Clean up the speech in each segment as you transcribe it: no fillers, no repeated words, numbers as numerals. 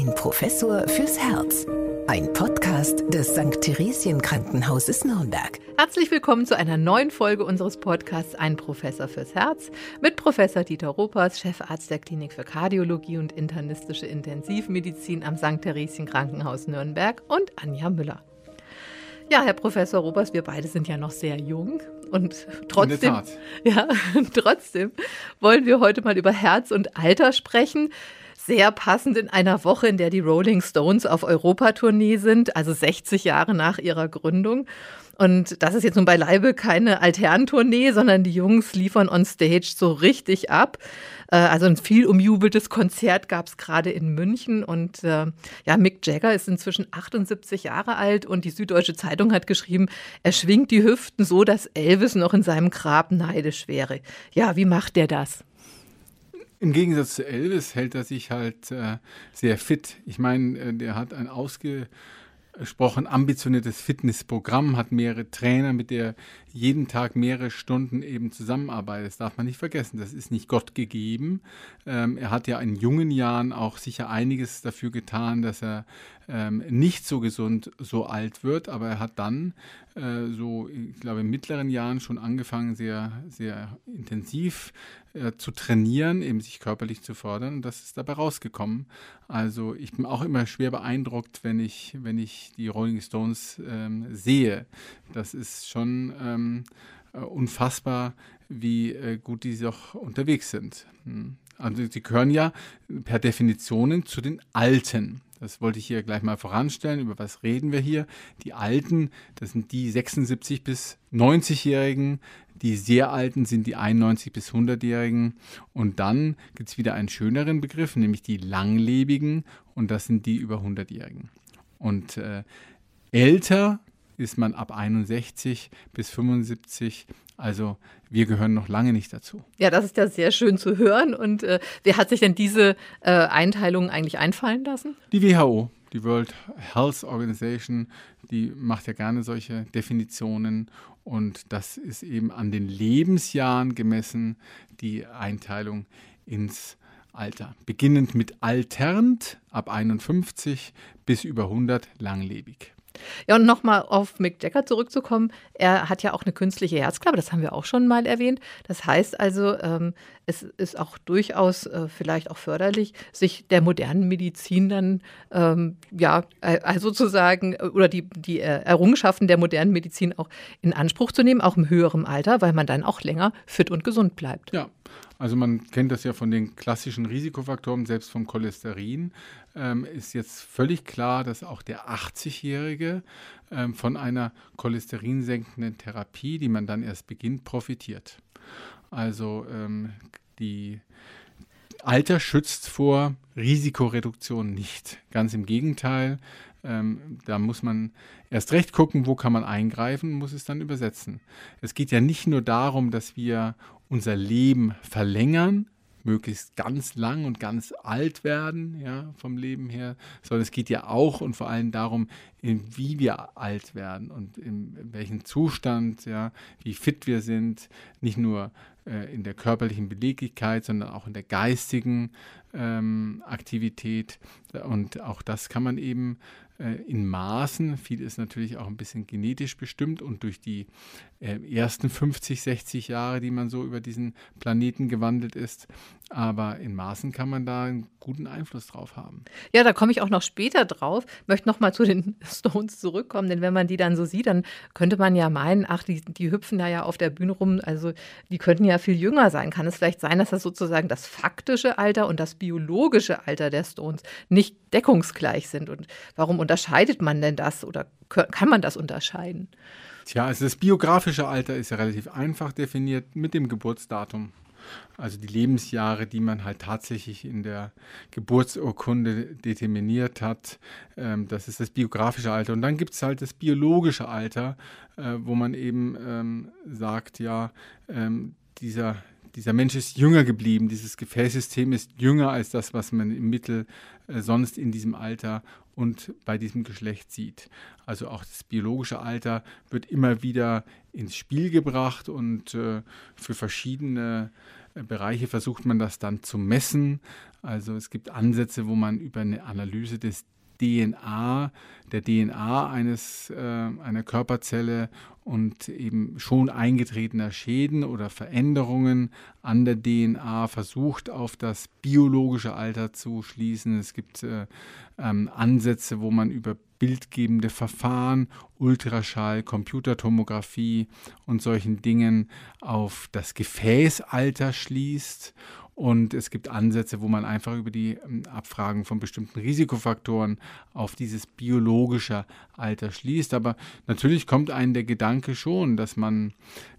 Ein Professor fürs Herz. Ein Podcast des St. Theresien Krankenhauses Nürnberg. Herzlich willkommen zu einer neuen Folge unseres Podcasts Ein Professor fürs Herz mit Professor Dieter Ropers, Chefarzt der Klinik für Kardiologie und internistische Intensivmedizin am St. Theresien Krankenhaus Nürnberg und Anja Müller. Ja, Herr Professor Ropers, wir beide sind ja noch sehr jung und trotzdem wollen wir heute mal über Herz und Alter sprechen. Sehr passend in einer Woche, in der die Rolling Stones auf Europatournee sind, also 60 Jahre nach ihrer Gründung. Und das ist jetzt nun beileibe keine Altherrentournee, sondern die Jungs liefern on stage so richtig ab. Also ein viel umjubeltes Konzert gab es gerade in München. Und Mick Jagger ist inzwischen 78 Jahre alt und die Süddeutsche Zeitung hat geschrieben, er schwingt die Hüften so, dass Elvis noch in seinem Grab neidisch wäre. Ja, wie macht der das? Im Gegensatz zu Elvis hält er sich halt sehr fit. Ich meine, der hat ein ausgesprochen ambitioniertes Fitnessprogramm, hat mehrere Trainer, mit der jeden Tag mehrere Stunden eben zusammenarbeitet. Das darf man nicht vergessen. Das ist nicht Gott gegeben. Er hat ja in jungen Jahren auch sicher einiges dafür getan, dass er nicht so gesund, so alt wird. Aber er hat dann ich glaube, in mittleren Jahren schon angefangen, sehr, sehr intensiv zu trainieren, eben sich körperlich zu fordern. Und das ist dabei rausgekommen. Also ich bin auch immer schwer beeindruckt, wenn ich die Rolling Stones sehe. Das ist schon unfassbar, wie gut die doch unterwegs sind. Also sie gehören ja per Definition zu den Alten. Das wollte ich hier gleich mal voranstellen. Über was reden wir hier? Die Alten, das sind die 76- bis 90-Jährigen. Die sehr Alten sind die 91- bis 100-Jährigen. Und dann gibt es wieder einen schöneren Begriff, nämlich die Langlebigen. Und das sind die über 100-Jährigen. Und älter ist man ab 61 bis 75. Also wir gehören noch lange nicht dazu. Ja, das ist ja sehr schön zu hören. Und wer hat sich denn diese Einteilung eigentlich einfallen lassen? Die WHO, die World Health Organization, die macht ja gerne solche Definitionen. Und das ist eben an den Lebensjahren gemessen, die Einteilung ins Alter. Beginnend mit alternd ab 51 bis über 100 langlebig. Ja, und nochmal auf Mick Jagger zurückzukommen, er hat ja auch eine künstliche Herzklappe, das haben wir auch schon mal erwähnt. Das heißt also, es ist auch durchaus vielleicht auch förderlich, sich der modernen Medizin dann, sozusagen, oder die Errungenschaften der modernen Medizin auch in Anspruch zu nehmen, auch im höheren Alter, weil man dann auch länger fit und gesund bleibt. Ja. Also man kennt das ja von den klassischen Risikofaktoren, selbst vom Cholesterin, ist jetzt völlig klar, dass auch der 80-Jährige von einer cholesterinsenkenden Therapie, die man dann erst beginnt, profitiert. Also die Alter schützt vor Risikoreduktion nicht. Ganz im Gegenteil, da muss man erst recht gucken, wo kann man eingreifen, muss es dann übersetzen. Es geht ja nicht nur darum, dass wir unser Leben verlängern, möglichst ganz lang und ganz alt werden, ja, vom Leben her, sondern es geht ja auch und vor allem darum, wie wir alt werden und in welchem Zustand, ja, wie fit wir sind, nicht nur in der körperlichen Beweglichkeit, sondern auch in der geistigen Aktivität. Und auch das kann man eben in Maßen, viel ist natürlich auch ein bisschen genetisch bestimmt und durch die ersten 50, 60 Jahre, die man so über diesen Planeten gewandelt ist, aber in Maßen kann man da einen guten Einfluss drauf haben. Ja, da komme ich auch noch später drauf. Ich möchte noch mal zu den Stones zurückkommen, denn wenn man die dann so sieht, dann könnte man ja meinen, ach, die hüpfen da ja auf der Bühne rum, also die könnten ja viel jünger sein. Kann es vielleicht sein, dass das sozusagen das faktische Alter und das biologische Alter der Stones nicht deckungsgleich sind? Und warum unterscheidet man denn das oder kann man das unterscheiden? Tja, also das biografische Alter ist ja relativ einfach definiert mit dem Geburtsdatum. Also die Lebensjahre, die man halt tatsächlich in der Geburtsurkunde determiniert hat, das ist das biografische Alter. Und dann gibt es halt das biologische Alter, wo man eben sagt, ja, dieser Mensch ist jünger geblieben, dieses Gefäßsystem ist jünger als das, was man im Mittel sonst in diesem Alter und bei diesem Geschlecht sieht. Also auch das biologische Alter wird immer wieder ins Spiel gebracht und für verschiedene Bereiche versucht man das dann zu messen. Also es gibt Ansätze, wo man über eine Analyse der DNA einer Körperzelle und eben schon eingetretener Schäden oder Veränderungen an der DNA versucht, auf das biologische Alter zu schließen. Es gibt Ansätze, wo man über bildgebende Verfahren, Ultraschall, Computertomographie und solchen Dingen auf das Gefäßalter schließt. Und es gibt Ansätze, wo man einfach über die Abfragen von bestimmten Risikofaktoren auf dieses biologische Alter schließt. Aber natürlich kommt einem der Gedanke schon, dass man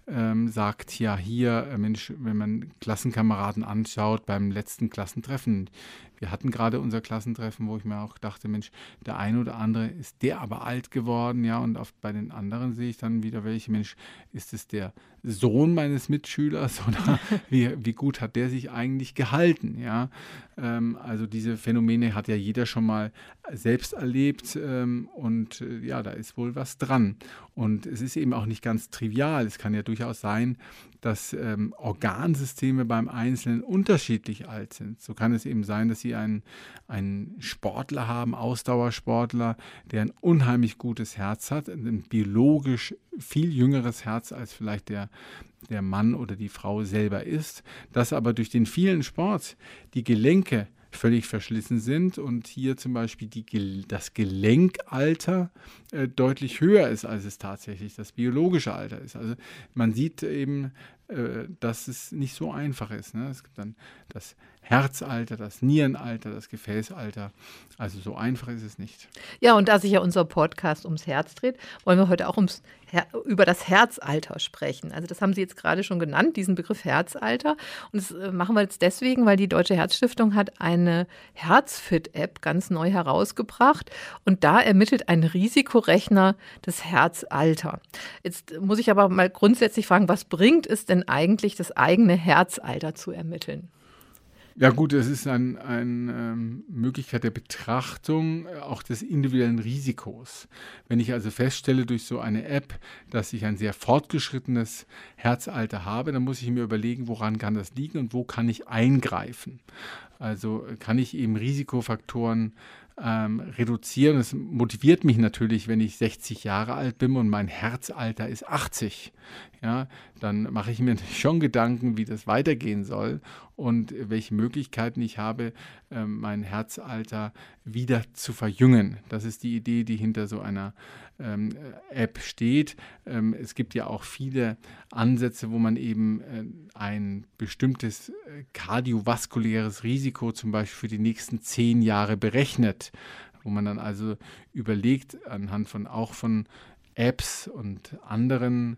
sagt, ja hier, Mensch, wenn man Klassenkameraden anschaut beim letzten Klassentreffen, wir hatten gerade unser Klassentreffen, wo ich mir auch dachte, Mensch, der eine oder andere ist der aber alt geworden, ja, und bei den anderen sehe ich dann wieder welche, Mensch, ist es der Sohn meines Mitschülers oder wie gut hat der sich eigentlich gehalten, ja. Also diese Phänomene hat ja jeder schon mal selbst erlebt und ja, da ist wohl was dran. Und es ist eben auch nicht ganz trivial. Es kann ja durchaus sein, dass Organsysteme beim Einzelnen unterschiedlich alt sind. So kann es eben sein, dass Sie einen Sportler haben, Ausdauersportler, der ein unheimlich gutes Herz hat, ein biologisch viel jüngeres Herz als vielleicht der Mann oder die Frau selber ist, dass aber durch den vielen Sport die Gelenke völlig verschlissen sind und hier zum Beispiel das Gelenkalter deutlich höher ist, als es tatsächlich das biologische Alter ist. Also man sieht eben, dass es nicht so einfach ist. Ne? Es gibt dann das Herzalter, das Nierenalter, das Gefäßalter. Also so einfach ist es nicht. Ja, und da sich ja unser Podcast ums Herz dreht, wollen wir heute auch über das Herzalter sprechen. Also das haben Sie jetzt gerade schon genannt, diesen Begriff Herzalter. Und das machen wir jetzt deswegen, weil die Deutsche Herzstiftung hat eine Herzfit-App ganz neu herausgebracht. Und da ermittelt ein Risikorechner das Herzalter. Jetzt muss ich aber mal grundsätzlich fragen, was bringt es denn eigentlich, das eigene Herzalter zu ermitteln? Ja gut, es ist eine Möglichkeit der Betrachtung auch des individuellen Risikos. Wenn ich also feststelle durch so eine App, dass ich ein sehr fortgeschrittenes Herzalter habe, dann muss ich mir überlegen, woran kann das liegen und wo kann ich eingreifen. Also kann ich eben Risikofaktoren reduzieren. Es motiviert mich natürlich, wenn ich 60 Jahre alt bin und mein Herzalter ist 80. Ja, dann mache ich mir natürlich schon Gedanken, wie das weitergehen soll und welche Möglichkeiten ich habe, mein Herzalter wieder zu verjüngen. Das ist die Idee, die hinter so einer App steht. Es gibt ja auch viele Ansätze, wo man eben ein bestimmtes kardiovaskuläres Risiko zum Beispiel für die nächsten 10 Jahre berechnet, wo man dann also überlegt, anhand von Apps und anderen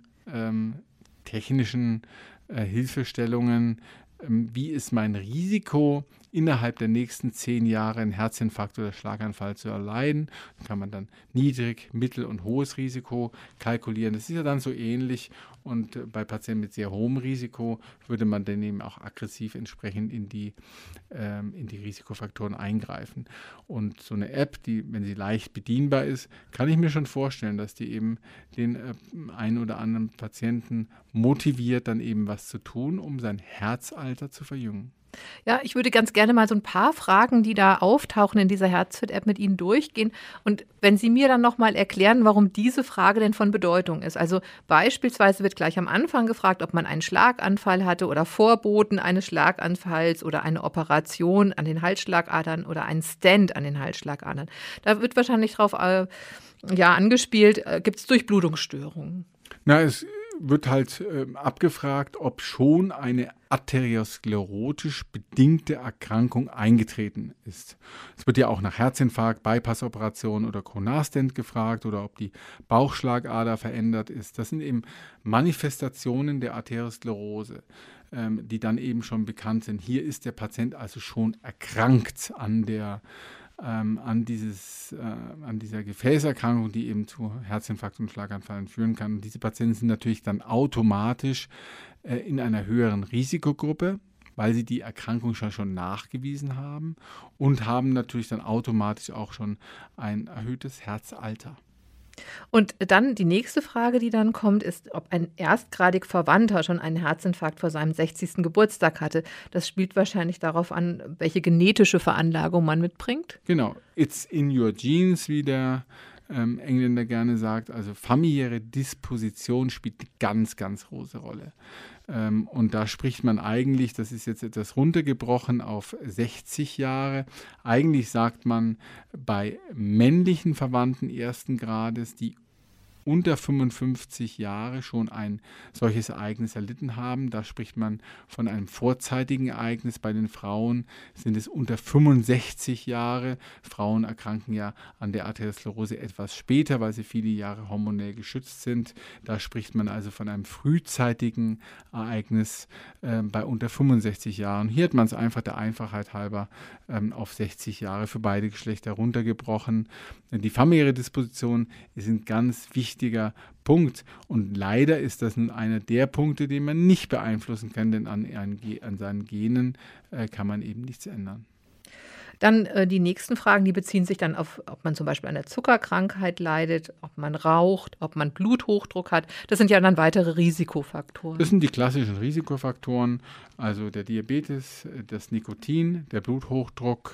technischen Hilfestellungen, wie ist mein Risiko, innerhalb der nächsten 10 Jahre einen Herzinfarkt oder Schlaganfall zu erleiden. Da kann man dann niedrig-, mittel- und hohes Risiko kalkulieren. Das ist ja dann so ähnlich. Und bei Patienten mit sehr hohem Risiko würde man dann eben auch aggressiv entsprechend in die Risikofaktoren eingreifen. Und so eine App, die, wenn sie leicht bedienbar ist, kann ich mir schon vorstellen, dass die eben den einen oder anderen Patienten motiviert, dann eben was zu tun, um sein Herzalter zu verjüngen. Ja, ich würde ganz gerne mal so ein paar Fragen, die da auftauchen in dieser Herzfit-App mit Ihnen durchgehen. Und wenn Sie mir dann nochmal erklären, warum diese Frage denn von Bedeutung ist. Also beispielsweise wird gleich am Anfang gefragt, ob man einen Schlaganfall hatte oder Vorboten eines Schlaganfalls oder eine Operation an den Halsschlagadern oder einen Stent an den Halsschlagadern. Da wird wahrscheinlich drauf angespielt, gibt es Durchblutungsstörungen? Na, es wird halt abgefragt, ob schon eine arteriosklerotisch bedingte Erkrankung eingetreten ist. Es wird ja auch nach Herzinfarkt, Bypassoperation oder Coronarsstent gefragt oder ob die Bauchschlagader verändert ist. Das sind eben Manifestationen der Arteriosklerose, die dann eben schon bekannt sind. Hier ist der Patient also schon erkrankt an dieser Gefäßerkrankung, die eben zu Herzinfarkt und Schlaganfall führen kann. Und diese Patienten sind natürlich dann automatisch in einer höheren Risikogruppe, weil sie die Erkrankung schon nachgewiesen haben und haben natürlich dann automatisch auch schon ein erhöhtes Herzalter. Und dann die nächste Frage, die dann kommt, ist, ob ein erstgradig Verwandter schon einen Herzinfarkt vor seinem 60. Geburtstag hatte. Das spielt wahrscheinlich darauf an, welche genetische Veranlagung man mitbringt. Genau, it's in your genes, wie der Engländer gerne sagt. Also familiäre Disposition spielt eine ganz, ganz große Rolle. Und da spricht man eigentlich, das ist jetzt etwas runtergebrochen auf 60 Jahre, eigentlich sagt man bei männlichen Verwandten ersten Grades, die unter 55 Jahre schon ein solches Ereignis erlitten haben. Da spricht man von einem vorzeitigen Ereignis. Bei den Frauen sind es unter 65 Jahre. Frauen erkranken ja an der Arteriosklerose etwas später, weil sie viele Jahre hormonell geschützt sind. Da spricht man also von einem frühzeitigen Ereignis bei unter 65 Jahren. Hier hat man es einfach der Einfachheit halber auf 60 Jahre für beide Geschlechter runtergebrochen. Die familiäre Disposition ist ein ganz wichtiger Punkt und leider ist das nun einer der Punkte, den man nicht beeinflussen kann, denn an seinen Genen kann man eben nichts ändern. Dann die nächsten Fragen, die beziehen sich dann auf, ob man zum Beispiel an der Zuckerkrankheit leidet, ob man raucht, ob man Bluthochdruck hat. Das sind ja dann weitere Risikofaktoren. Das sind die klassischen Risikofaktoren, also der Diabetes, das Nikotin, der Bluthochdruck,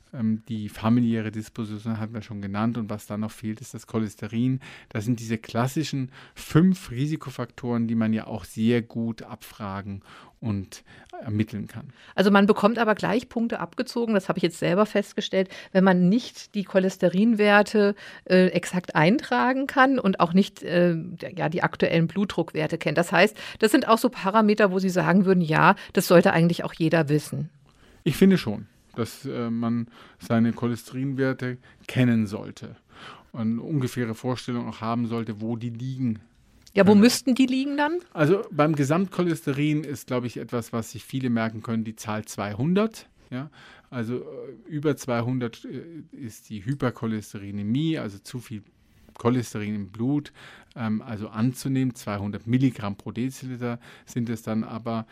die familiäre Disposition hatten wir schon genannt und was dann noch fehlt, ist das Cholesterin. Das sind diese klassischen 5 Risikofaktoren, die man ja auch sehr gut abfragen und ermitteln kann. Also man bekommt aber gleich Punkte abgezogen, das habe ich jetzt selber festgestellt, wenn man nicht die Cholesterinwerte exakt eintragen kann und auch nicht die aktuellen Blutdruckwerte kennt. Das heißt, das sind auch so Parameter, wo Sie sagen würden, ja, das sollte eigentlich auch jeder wissen. Ich finde schon, dass man seine Cholesterinwerte kennen sollte und eine ungefähre Vorstellung auch haben sollte, wo die liegen. Ja, wo müssten die liegen dann? Also beim Gesamtcholesterin ist, glaube ich, etwas, was sich viele merken können, die Zahl 200. Ja? Also über 200 ist die Hypercholesterinämie, also zu viel Cholesterin im Blut, also anzunehmen. 200 Milligramm pro Deziliter sind es dann, aber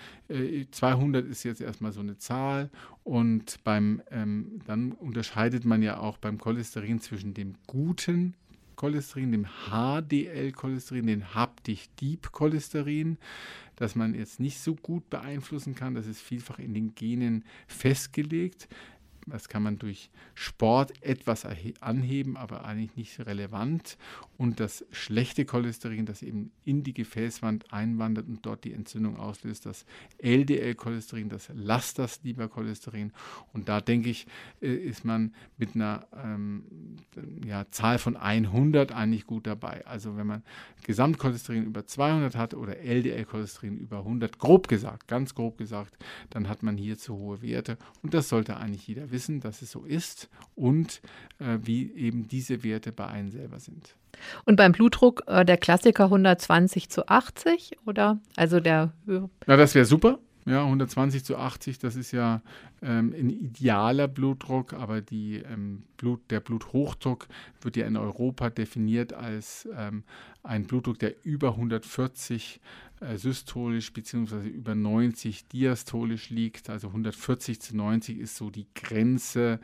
200 ist jetzt erstmal so eine Zahl und dann unterscheidet man ja auch beim Cholesterin zwischen dem guten Cholesterin, dem HDL-Cholesterin, dem Hab-dich-Dieb-Cholesterin, das man jetzt nicht so gut beeinflussen kann. Das ist vielfach in den Genen festgelegt. Das kann man durch Sport etwas anheben, aber eigentlich nicht relevant. Und das schlechte Cholesterin, das eben in die Gefäßwand einwandert und dort die Entzündung auslöst, das LDL-Cholesterin, das Lastersleber-Cholesterin. Und da denke ich, ist man mit einer Zahl von 100 eigentlich gut dabei. Also wenn man Gesamtcholesterin über 200 hat oder LDL-Cholesterin über 100, grob gesagt, ganz grob gesagt, dann hat man hier zu hohe Werte. Und das sollte eigentlich jeder wissen, dass es so ist und wie eben diese Werte bei einem selber sind. Und beim Blutdruck der Klassiker 120/80 oder? Also der Na, das wäre super. Ja, 120/80, das ist ja ein idealer Blutdruck, aber der Bluthochdruck wird ja in Europa definiert als ein Blutdruck, der über 140 systolisch bzw. über 90 diastolisch liegt. Also 140/90 ist so die Grenze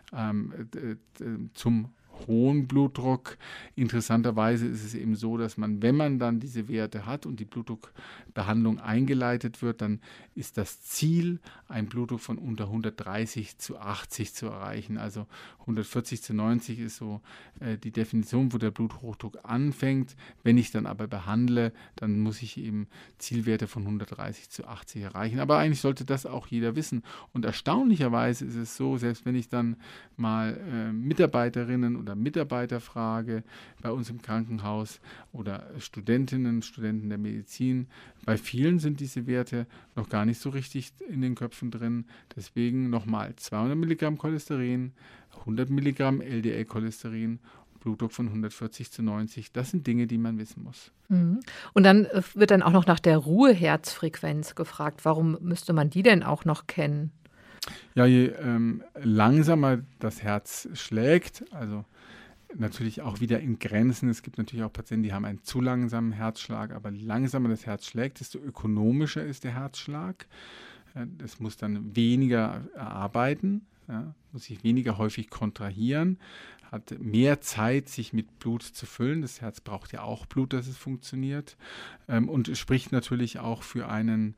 zum hohen Blutdruck. Interessanterweise ist es eben so, dass man, wenn man dann diese Werte hat und die Blutdruckbehandlung eingeleitet wird, dann ist das Ziel, einen Blutdruck von unter 130/80 zu erreichen. Also 140/90 ist so die Definition, wo der Bluthochdruck anfängt. Wenn ich dann aber behandle, dann muss ich eben Zielwerte von 130/80 erreichen. Aber eigentlich sollte das auch jeder wissen. Und erstaunlicherweise ist es so, selbst wenn ich dann mal Mitarbeiterinnen oder Mitarbeiter frage bei uns im Krankenhaus oder Studentinnen, Studenten der Medizin, bei vielen sind diese Werte noch gar nicht so richtig in den Köpfen drin. Deswegen nochmal 200 Milligramm Cholesterin, 100 Milligramm LDL-Cholesterin, Blutdruck von 140/90. Das sind Dinge, die man wissen muss. Und dann wird dann auch noch nach der Ruheherzfrequenz gefragt. Warum müsste man die denn auch noch kennen? Ja, je langsamer das Herz schlägt, also natürlich auch wieder in Grenzen. Es gibt natürlich auch Patienten, die haben einen zu langsamen Herzschlag, aber je langsamer das Herz schlägt, desto ökonomischer ist der Herzschlag. Es muss dann weniger arbeiten, ja, muss sich weniger häufig kontrahieren, hat mehr Zeit, sich mit Blut zu füllen. Das Herz braucht ja auch Blut, dass es funktioniert. Und es spricht natürlich auch für einen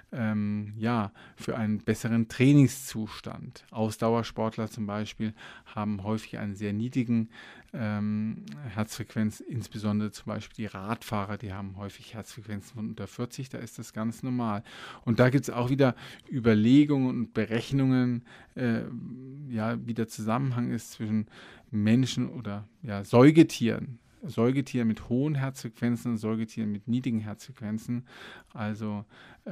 besseren Trainingszustand. Ausdauersportler zum Beispiel haben häufig einen sehr niedrigen Herzfrequenz, insbesondere zum Beispiel die Radfahrer, die haben häufig Herzfrequenzen von unter 40, da ist das ganz normal. Und da gibt es auch wieder Überlegungen und Berechnungen, wie der Zusammenhang ist zwischen Menschen oder Säugetieren mit hohen Herzfrequenzen und Säugetieren mit niedrigen Herzfrequenzen. Also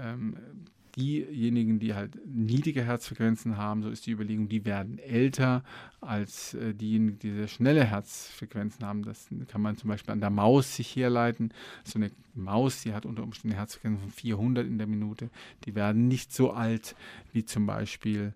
diejenigen, die halt niedrige Herzfrequenzen haben, so ist die Überlegung, die werden älter als diejenigen, die sehr schnelle Herzfrequenzen haben. Das kann man zum Beispiel an der Maus sich herleiten. So eine Maus, die hat unter Umständen Herzfrequenzen von 400 in der Minute. Die werden nicht so alt wie zum Beispiel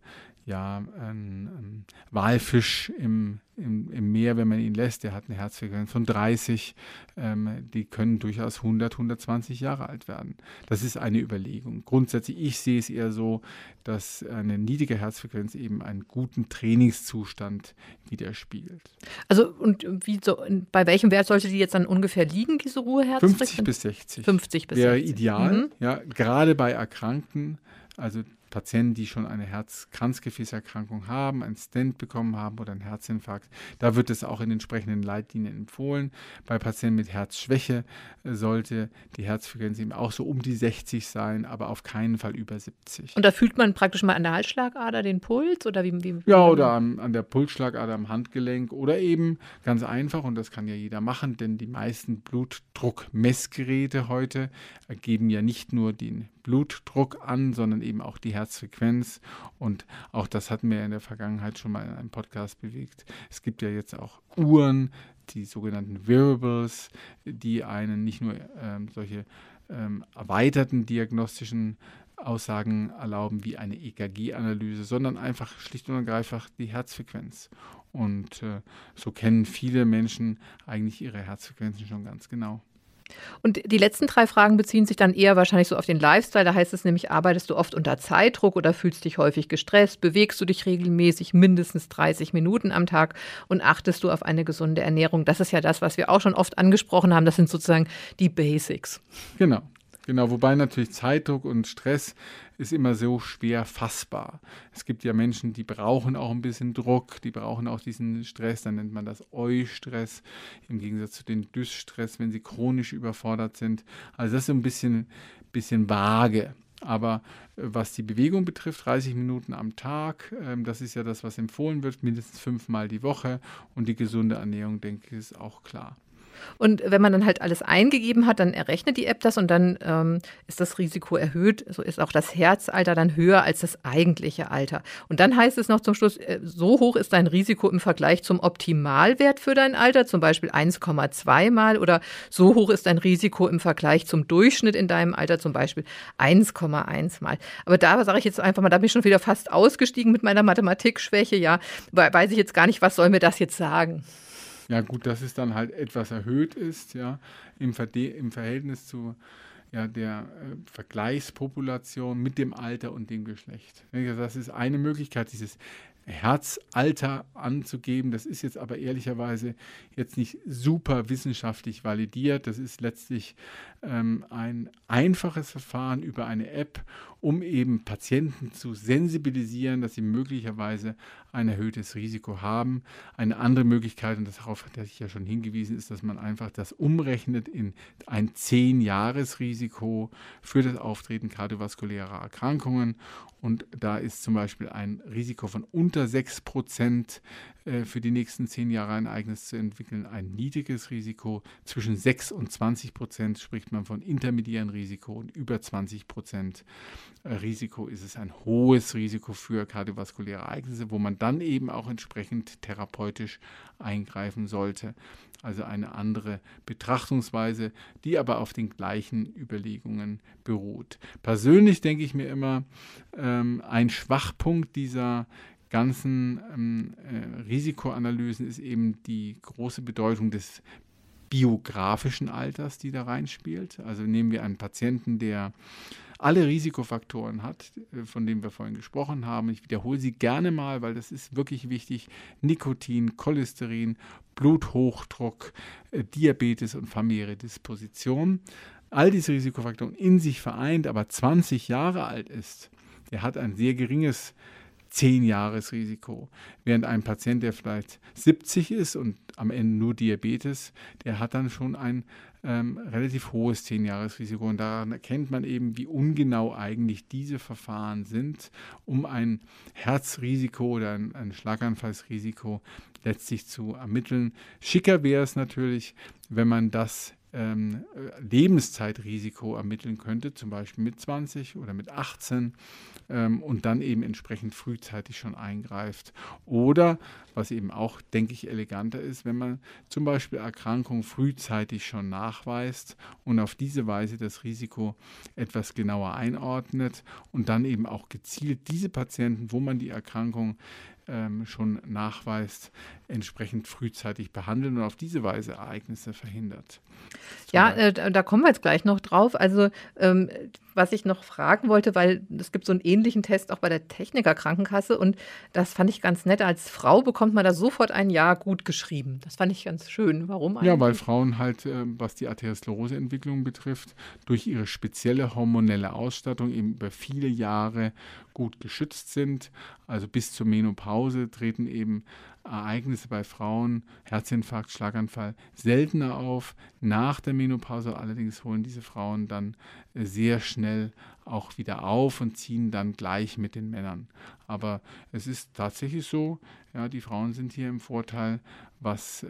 ein Walfisch im Meer, wenn man ihn lässt, der hat eine Herzfrequenz von 30, die können durchaus 100, 120 Jahre alt werden. Das ist eine Überlegung. Grundsätzlich, ich sehe es eher so, dass eine niedrige Herzfrequenz eben einen guten Trainingszustand widerspiegelt. Also und bei welchem Wert sollte die jetzt dann ungefähr liegen, diese Ruheherzfrequenz? 50 bis 60. 50 bis wäre 60. Ideal, gerade bei Erkrankten, also Patienten, die schon eine Herz-Kranzgefäßerkrankung haben, einen Stent bekommen haben oder einen Herzinfarkt, da wird es auch in entsprechenden Leitlinien empfohlen. Bei Patienten mit Herzschwäche sollte die Herzfrequenz eben auch so um die 60 sein, aber auf keinen Fall über 70. Und da fühlt man praktisch mal an der Halsschlagader den Puls? Oder wie ja, oder an der Pulsschlagader am Handgelenk oder eben ganz einfach, und das kann ja jeder machen, denn die meisten Blutdruckmessgeräte heute geben ja nicht nur den Blutdruck an, sondern eben auch die Herzfrequenz, und auch das hatten wir in der Vergangenheit schon mal in einem Podcast bewegt. Es gibt ja jetzt auch Uhren, die sogenannten Wearables, die einen nicht nur solche erweiterten diagnostischen Aussagen erlauben wie eine EKG-Analyse, sondern einfach schlicht und ergreifend die Herzfrequenz. Und so kennen viele Menschen eigentlich ihre Herzfrequenzen schon ganz genau. Und die letzten 3 Fragen beziehen sich dann eher wahrscheinlich so auf den Lifestyle. Da heißt es nämlich, arbeitest du oft unter Zeitdruck oder fühlst dich häufig gestresst? Bewegst du dich regelmäßig mindestens 30 Minuten am Tag und achtest du auf eine gesunde Ernährung? Das ist ja das, was wir auch schon oft angesprochen haben. Das sind sozusagen die Basics. Genau, wobei natürlich Zeitdruck und Stress ist immer so schwer fassbar. Es gibt ja Menschen, die brauchen auch ein bisschen Druck, die brauchen auch diesen Stress, dann nennt man das Eustress, im Gegensatz zu den Dysstress, wenn sie chronisch überfordert sind. Also das ist so ein bisschen vage. Aber was die Bewegung betrifft, 30 Minuten am Tag, das ist ja das, was empfohlen wird, mindestens 5-mal die Woche, und die gesunde Ernährung, denke ich, ist auch klar. Und wenn man dann halt alles eingegeben hat, dann errechnet die App das und dann ist das Risiko erhöht. So ist auch das Herzalter dann höher als das eigentliche Alter. Und dann heißt es noch zum Schluss, so hoch ist dein Risiko im Vergleich zum Optimalwert für dein Alter, zum Beispiel 1,2 Mal, oder so hoch ist dein Risiko im Vergleich zum Durchschnitt in deinem Alter, zum Beispiel 1,1 Mal. Aber da sage ich jetzt einfach mal, da bin ich schon wieder fast ausgestiegen mit meiner Mathematikschwäche, ja, weiß ich jetzt gar nicht, was soll mir das jetzt sagen? Ja gut, dass es dann halt etwas erhöht ist, im Verhältnis zu der Vergleichspopulation mit dem Alter und dem Geschlecht. Das ist eine Möglichkeit, dieses Herzalter anzugeben. Das ist jetzt aber ehrlicherweise jetzt nicht super wissenschaftlich validiert. Das ist letztlich ein einfaches Verfahren über eine App, um eben Patienten zu sensibilisieren, dass sie möglicherweise ein erhöhtes Risiko haben. Eine andere Möglichkeit, und darauf hat er sich ja schon hingewiesen, ist, dass man einfach das umrechnet in ein 10-Jahres-Risiko für das Auftreten kardiovaskulärer Erkrankungen. Und da ist zum Beispiel ein Risiko von unter 6% für die nächsten 10 Jahre ein Ereignis zu entwickeln, ein niedriges Risiko. Zwischen 6 und 20% spricht man von intermediären Risiko, und über 20% Risiko ist es ein hohes Risiko für kardiovaskuläre Ereignisse, wo man dann eben auch entsprechend therapeutisch eingreifen sollte. Also eine andere Betrachtungsweise, die aber auf den gleichen Überlegungen beruht. Persönlich denke ich mir immer, ein Schwachpunkt dieser ganzen Risikoanalysen ist eben die große Bedeutung des biografischen Alters, die da reinspielt. Also nehmen wir einen Patienten, der alle Risikofaktoren hat, von denen wir vorhin gesprochen haben. Ich wiederhole sie gerne mal, weil das ist wirklich wichtig. Nikotin, Cholesterin, Bluthochdruck, Diabetes und familiäre Disposition. All diese Risikofaktoren in sich vereint, aber 20 Jahre alt ist, der hat ein sehr geringes 10-Jahres-Risiko. Während ein Patient, der vielleicht 70 ist und am Ende nur Diabetes, der hat dann schon ein relativ hohes 10-Jahres-Risiko. Und daran erkennt man eben, wie ungenau eigentlich diese Verfahren sind, um ein Herzrisiko oder ein Schlaganfallsrisiko letztlich zu ermitteln. Schicker wäre es natürlich, wenn man das Lebenszeitrisiko ermitteln könnte, zum Beispiel mit 20 oder mit 18 und dann eben entsprechend frühzeitig schon eingreift. Oder, was eben auch, denke ich, eleganter ist, wenn man zum Beispiel Erkrankungen frühzeitig schon nachweist und auf diese Weise das Risiko etwas genauer einordnet und dann eben auch gezielt diese Patienten, wo man die Erkrankung schon nachweist, entsprechend frühzeitig behandeln und auf diese Weise Ereignisse verhindert. Ja, da kommen wir jetzt gleich noch drauf. Also was ich noch fragen wollte, weil es gibt so einen ähnlichen Test auch bei der Techniker Krankenkasse und das fand ich ganz nett. Als Frau bekommt man da sofort ein Jahr gut geschrieben. Das fand ich ganz schön. Warum eigentlich? Ja, weil Frauen halt, was die Arterioskleroseentwicklung betrifft, durch ihre spezielle hormonelle Ausstattung eben über viele Jahre gut geschützt sind. Also bis zur Menopause treten eben Ereignisse bei Frauen, Herzinfarkt, Schlaganfall, seltener auf. Nach der Menopause allerdings holen diese Frauen dann sehr schnell auch wieder auf und ziehen dann gleich mit den Männern. Aber es ist tatsächlich so, ja, die Frauen sind hier im Vorteil, was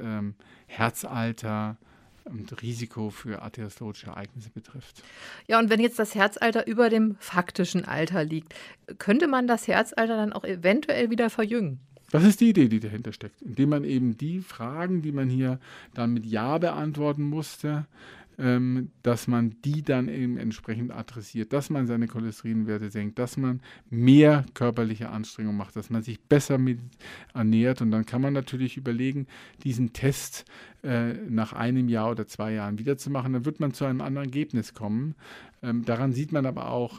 Herzalter und Risiko für arteriosklerotische Ereignisse betrifft. Ja, und wenn jetzt das Herzalter über dem faktischen Alter liegt, könnte man das Herzalter dann auch eventuell wieder verjüngen? Das ist die Idee, die dahinter steckt, indem man eben die Fragen, die man hier dann mit Ja beantworten musste, dass man die dann eben entsprechend adressiert, dass man seine Cholesterinwerte senkt, dass man mehr körperliche Anstrengung macht, dass man sich besser ernährt und dann kann man natürlich überlegen, diesen Test nach einem Jahr oder 2 Jahren wiederzumachen, dann wird man zu einem anderen Ergebnis kommen. Daran sieht man aber auch,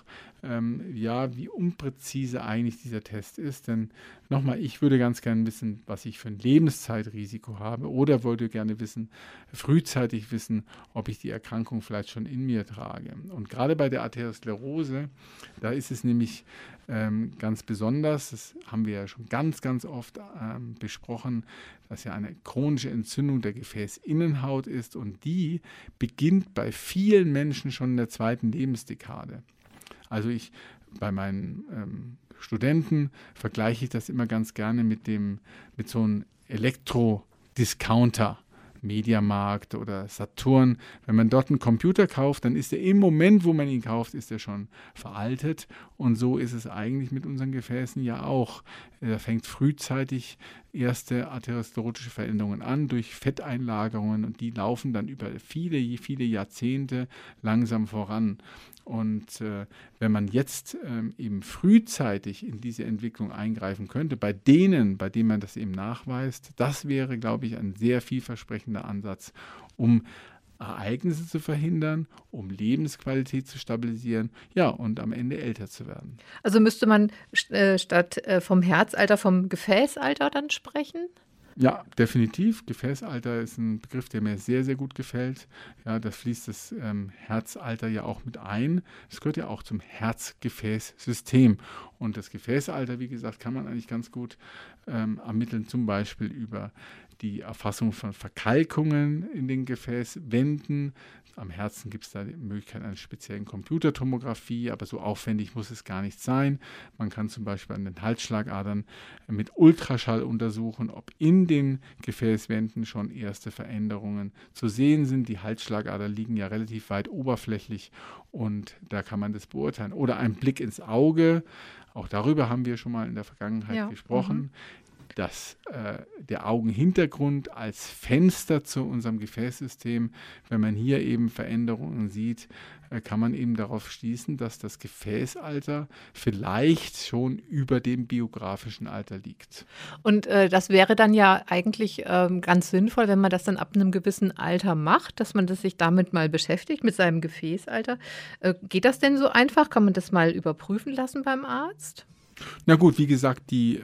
wie unpräzise eigentlich dieser Test ist. Denn nochmal, ich würde ganz gerne wissen, was ich für ein Lebenszeitrisiko habe oder würde gerne frühzeitig wissen, ob ich die Erkrankung vielleicht schon in mir trage. Und gerade bei der Arteriosklerose, da ist es nämlich ganz besonders, das haben wir ja schon ganz, ganz oft besprochen, dass ja eine chronische Entzündung der Gefäßinnenhaut ist und die beginnt bei vielen Menschen schon in der 2. Lebensdekade. Also bei meinen Studenten vergleiche ich das immer ganz gerne mit so einem Elektrodiscounter. Mediamarkt oder Saturn. Wenn man dort einen Computer kauft, dann ist er im Moment, wo man ihn kauft, ist er schon veraltet. Und so ist es eigentlich mit unseren Gefäßen ja auch. Da fängt frühzeitig erste arteriosklerotische Veränderungen an durch Fetteinlagerungen und die laufen dann über viele, viele Jahrzehnte langsam voran. Und wenn man jetzt eben frühzeitig in diese Entwicklung eingreifen könnte, bei denen man das eben nachweist, das wäre, glaube ich, ein sehr vielversprechender Ansatz, um Ereignisse zu verhindern, um Lebensqualität zu stabilisieren, ja, und am Ende älter zu werden. Also müsste man statt vom Herzalter vom Gefäßalter dann sprechen? Ja, definitiv. Gefäßalter ist ein Begriff, der mir sehr, sehr gut gefällt. Ja, da fließt das Herzalter ja auch mit ein. Das gehört ja auch zum Herz-Gefäß-System. Und das Gefäßalter, wie gesagt, kann man eigentlich ganz gut ermitteln, zum Beispiel über die Erfassung von Verkalkungen in den Gefäßwänden. Am Herzen gibt es da die Möglichkeit einer speziellen Computertomographie, aber so aufwendig muss es gar nicht sein. Man kann zum Beispiel an den Halsschlagadern mit Ultraschall untersuchen, ob in den Gefäßwänden schon erste Veränderungen zu sehen sind. Die Halsschlagadern liegen ja relativ weit oberflächlich und da kann man das beurteilen. Oder ein Blick ins Auge, auch darüber haben wir schon mal in der Vergangenheit gesprochen. der Augenhintergrund als Fenster zu unserem Gefäßsystem. Wenn man hier eben Veränderungen sieht, kann man eben darauf schließen, dass das Gefäßalter vielleicht schon über dem biografischen Alter liegt. Und das wäre dann ja eigentlich ganz sinnvoll, wenn man das dann ab einem gewissen Alter macht, dass man sich damit mal beschäftigt, mit seinem Gefäßalter. Geht das denn so einfach? Kann man das mal überprüfen lassen beim Arzt? Na gut, wie gesagt, die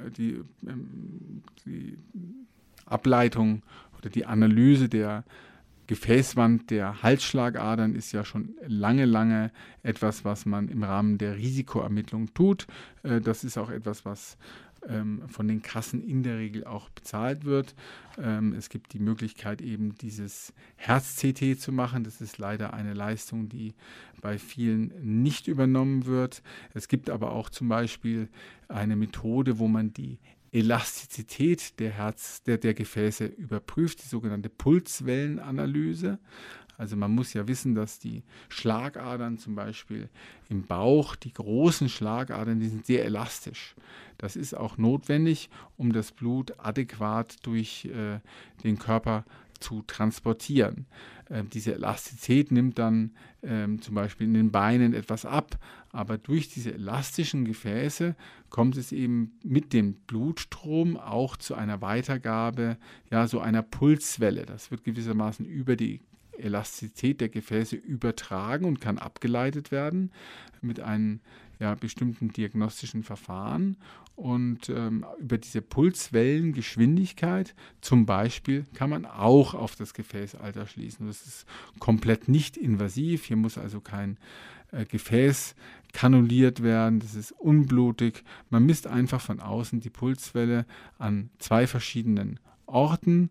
Ableitung oder die Analyse der Gefäßwand der Halsschlagadern ist ja schon lange etwas, was man im Rahmen der Risikoermittlung tut. Das ist auch etwas, was von den Kassen in der Regel auch bezahlt wird. Es gibt die Möglichkeit, eben dieses Herz-CT zu machen. Das ist leider eine Leistung, die bei vielen nicht übernommen wird. Es gibt aber auch zum Beispiel eine Methode, wo man die Elastizität der Gefäße überprüft, die sogenannte Pulswellenanalyse. Also man muss ja wissen, dass die Schlagadern zum Beispiel im Bauch, die großen Schlagadern, die sind sehr elastisch. Das ist auch notwendig, um das Blut adäquat durch den Körper zu transportieren. Diese Elastizität nimmt dann zum Beispiel in den Beinen etwas ab, aber durch diese elastischen Gefäße kommt es eben mit dem Blutstrom auch zu einer Weitergabe, ja, so einer Pulswelle. Das wird gewissermaßen über die Elastizität der Gefäße übertragen und kann abgeleitet werden mit einem bestimmten diagnostischen Verfahren. Und über diese Pulswellengeschwindigkeit zum Beispiel kann man auch auf das Gefäßalter schließen. Das ist komplett nicht invasiv. Hier muss also kein Gefäß kanuliert werden. Das ist unblutig. Man misst einfach von außen die Pulswelle an 2 verschiedenen Orten.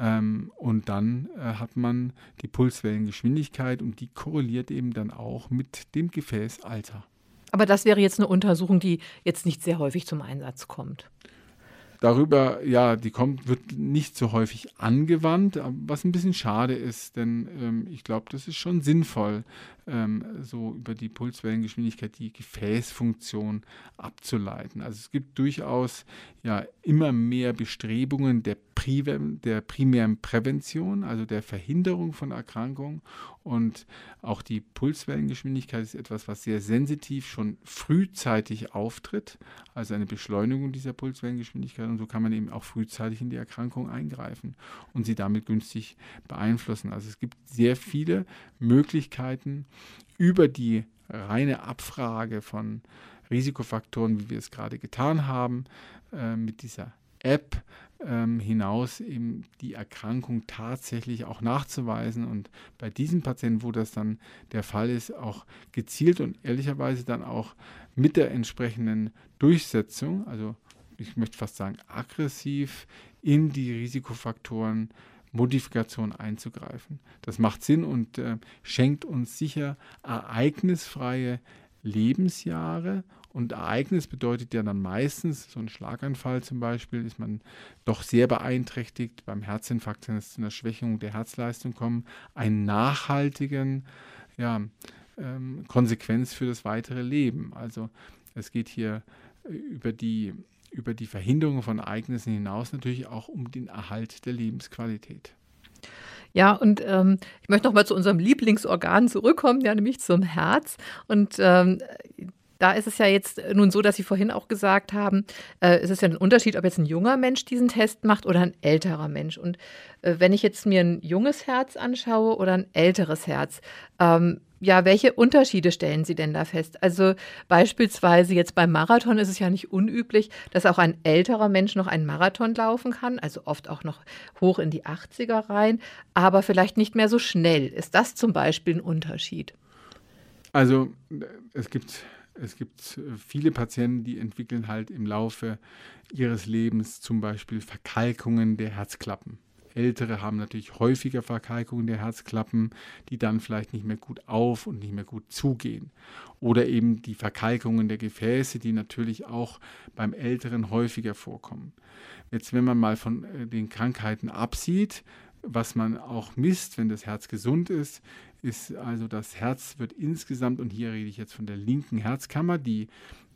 Und dann hat man die Pulswellengeschwindigkeit und die korreliert eben dann auch mit dem Gefäßalter. Aber das wäre jetzt eine Untersuchung, die jetzt nicht sehr häufig zum Einsatz kommt. Darüber, wird nicht so häufig angewandt, was ein bisschen schade ist, denn ich glaube, das ist schon sinnvoll, so über die Pulswellengeschwindigkeit die Gefäßfunktion abzuleiten. Also es gibt durchaus immer mehr Bestrebungen der primären Prävention, also der Verhinderung von Erkrankungen, und auch die Pulswellengeschwindigkeit ist etwas, was sehr sensitiv schon frühzeitig auftritt, also eine Beschleunigung dieser Pulswellengeschwindigkeit, und so kann man eben auch frühzeitig in die Erkrankung eingreifen und sie damit günstig beeinflussen. Also es gibt sehr viele Möglichkeiten, über die reine Abfrage von Risikofaktoren, wie wir es gerade getan haben, mit dieser App hinaus eben die Erkrankung tatsächlich auch nachzuweisen und bei diesen Patienten, wo das dann der Fall ist, auch gezielt und ehrlicherweise dann auch mit der entsprechenden Durchsetzung, also ich möchte fast sagen aggressiv, in die Risikofaktoren Modifikation einzugreifen. Das macht Sinn und schenkt uns sicher ereignisfreie Lebensjahre. Und Ereignis bedeutet ja dann meistens, so ein Schlaganfall zum Beispiel, ist man doch sehr beeinträchtigt. Beim Herzinfarkt kann es zu einer Schwächung der Herzleistung kommen. Einen nachhaltigen Konsequenz für das weitere Leben. Also es geht hier über die Verhinderung von Ereignissen hinaus natürlich auch um den Erhalt der Lebensqualität. Ja, und ich möchte noch mal zu unserem Lieblingsorgan zurückkommen, nämlich zum Herz. Und da ist es ja jetzt nun so, dass Sie vorhin auch gesagt haben, es ist ja ein Unterschied, ob jetzt ein junger Mensch diesen Test macht oder ein älterer Mensch. Und wenn ich jetzt mir ein junges Herz anschaue oder ein älteres Herz, welche Unterschiede stellen Sie denn da fest? Also beispielsweise jetzt beim Marathon ist es ja nicht unüblich, dass auch ein älterer Mensch noch einen Marathon laufen kann, also oft auch noch hoch in die 80er rein, aber vielleicht nicht mehr so schnell. Ist das zum Beispiel ein Unterschied? Also es gibt viele Patienten, die entwickeln halt im Laufe ihres Lebens zum Beispiel Verkalkungen der Herzklappen. Ältere haben natürlich häufiger Verkalkungen der Herzklappen, die dann vielleicht nicht mehr gut auf und nicht mehr gut zugehen. Oder eben die Verkalkungen der Gefäße, die natürlich auch beim Älteren häufiger vorkommen. Jetzt, wenn man mal von den Krankheiten absieht, was man auch misst, wenn das Herz gesund ist also das Herz wird insgesamt, und hier rede ich jetzt von der linken Herzkammer, die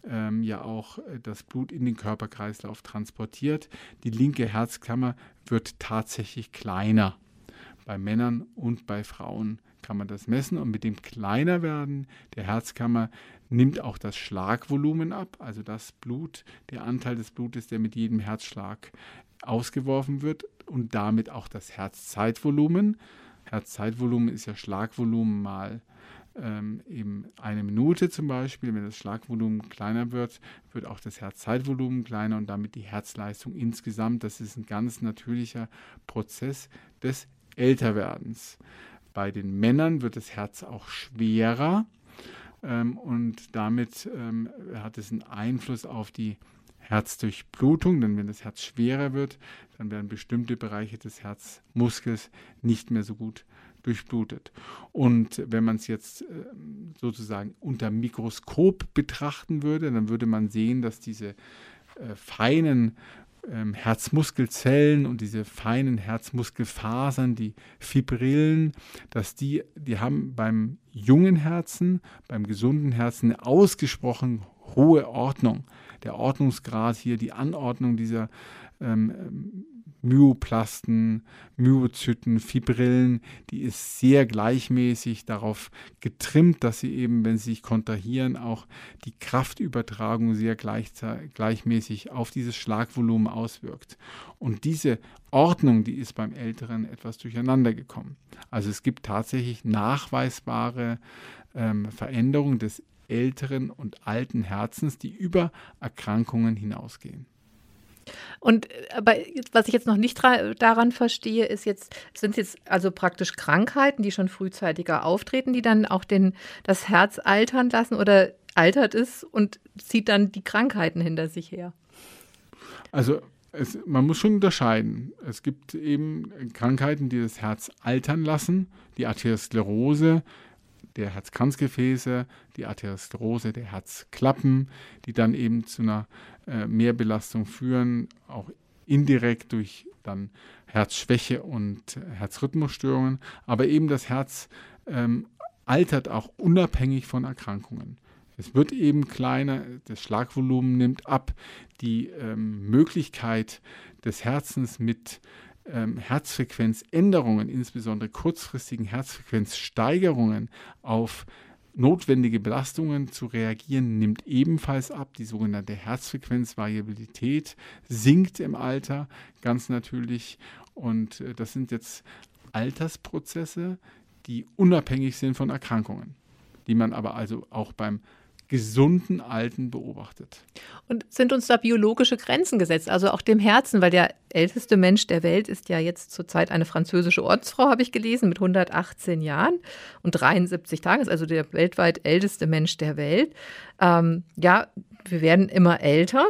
ja auch das Blut in den Körperkreislauf transportiert. Die linke Herzkammer wird tatsächlich kleiner. Bei Männern und bei Frauen kann man das messen. Und mit dem Kleinerwerden der Herzkammer nimmt auch das Schlagvolumen ab, also das Blut, der Anteil des Blutes, der mit jedem Herzschlag ausgeworfen wird und damit auch das Herzzeitvolumen. Herzzeitvolumen ist ja Schlagvolumen mal eben 1 Minute zum Beispiel. Wenn das Schlagvolumen kleiner wird, wird auch das Herzzeitvolumen kleiner und damit die Herzleistung insgesamt. Das ist ein ganz natürlicher Prozess des Älterwerdens. Bei den Männern wird das Herz auch schwerer und damit hat es einen Einfluss auf die Herzdurchblutung, denn wenn das Herz schwerer wird, dann werden bestimmte Bereiche des Herzmuskels nicht mehr so gut durchblutet. Und wenn man es jetzt sozusagen unter Mikroskop betrachten würde, dann würde man sehen, dass diese feinen Herzmuskelzellen und diese feinen Herzmuskelfasern, die Fibrillen, dass die haben beim jungen Herzen, beim gesunden Herzen eine ausgesprochen hohe Ordnung. Der Ordnungsgrad hier, die Anordnung dieser Myoplasten, Myozyten, Fibrillen, die ist sehr gleichmäßig darauf getrimmt, dass sie eben, wenn sie sich kontrahieren, auch die Kraftübertragung sehr gleichmäßig auf dieses Schlagvolumen auswirkt. Und diese Ordnung, die ist beim Älteren etwas durcheinander gekommen. Also es gibt tatsächlich nachweisbare Veränderungen des älteren und alten Herzens, die über Erkrankungen hinausgehen. Und aber was ich jetzt noch nicht daran verstehe, sind jetzt also praktisch Krankheiten, die schon frühzeitiger auftreten, die dann auch das Herz altern lassen oder altert es und zieht dann die Krankheiten hinter sich her? Also man muss schon unterscheiden. Es gibt eben Krankheiten, die das Herz altern lassen, die Arteriosklerose der Herzkranzgefäße, die Arteriosklerose der Herzklappen, die dann eben zu einer Mehrbelastung führen, auch indirekt durch dann Herzschwäche und Herzrhythmusstörungen. Aber eben das Herz altert auch unabhängig von Erkrankungen. Es wird eben kleiner, das Schlagvolumen nimmt ab, die Möglichkeit des Herzens mit Herzfrequenzänderungen, insbesondere kurzfristigen Herzfrequenzsteigerungen auf notwendige Belastungen zu reagieren, nimmt ebenfalls ab. Die sogenannte Herzfrequenzvariabilität sinkt im Alter, ganz natürlich. Und das sind jetzt Altersprozesse, die unabhängig sind von Erkrankungen, die man aber also auch beim gesunden Alten beobachtet. Und sind uns da biologische Grenzen gesetzt, also auch dem Herzen, weil der älteste Mensch der Welt ist ja jetzt zurzeit eine französische Ortsfrau, habe ich gelesen, mit 118 Jahren und 73 Tagen, ist also der weltweit älteste Mensch der Welt. Ja, wir werden immer älter.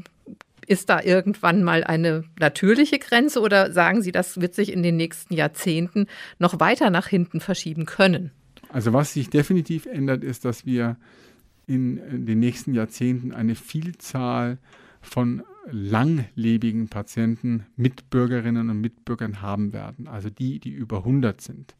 Ist da irgendwann mal eine natürliche Grenze oder sagen Sie, das wird sich in den nächsten Jahrzehnten noch weiter nach hinten verschieben können? Also was sich definitiv ändert, ist, dass wir in den nächsten Jahrzehnten eine Vielzahl von langlebigen Patienten, Mitbürgerinnen und Mitbürgern haben werden, also die über 100 sind.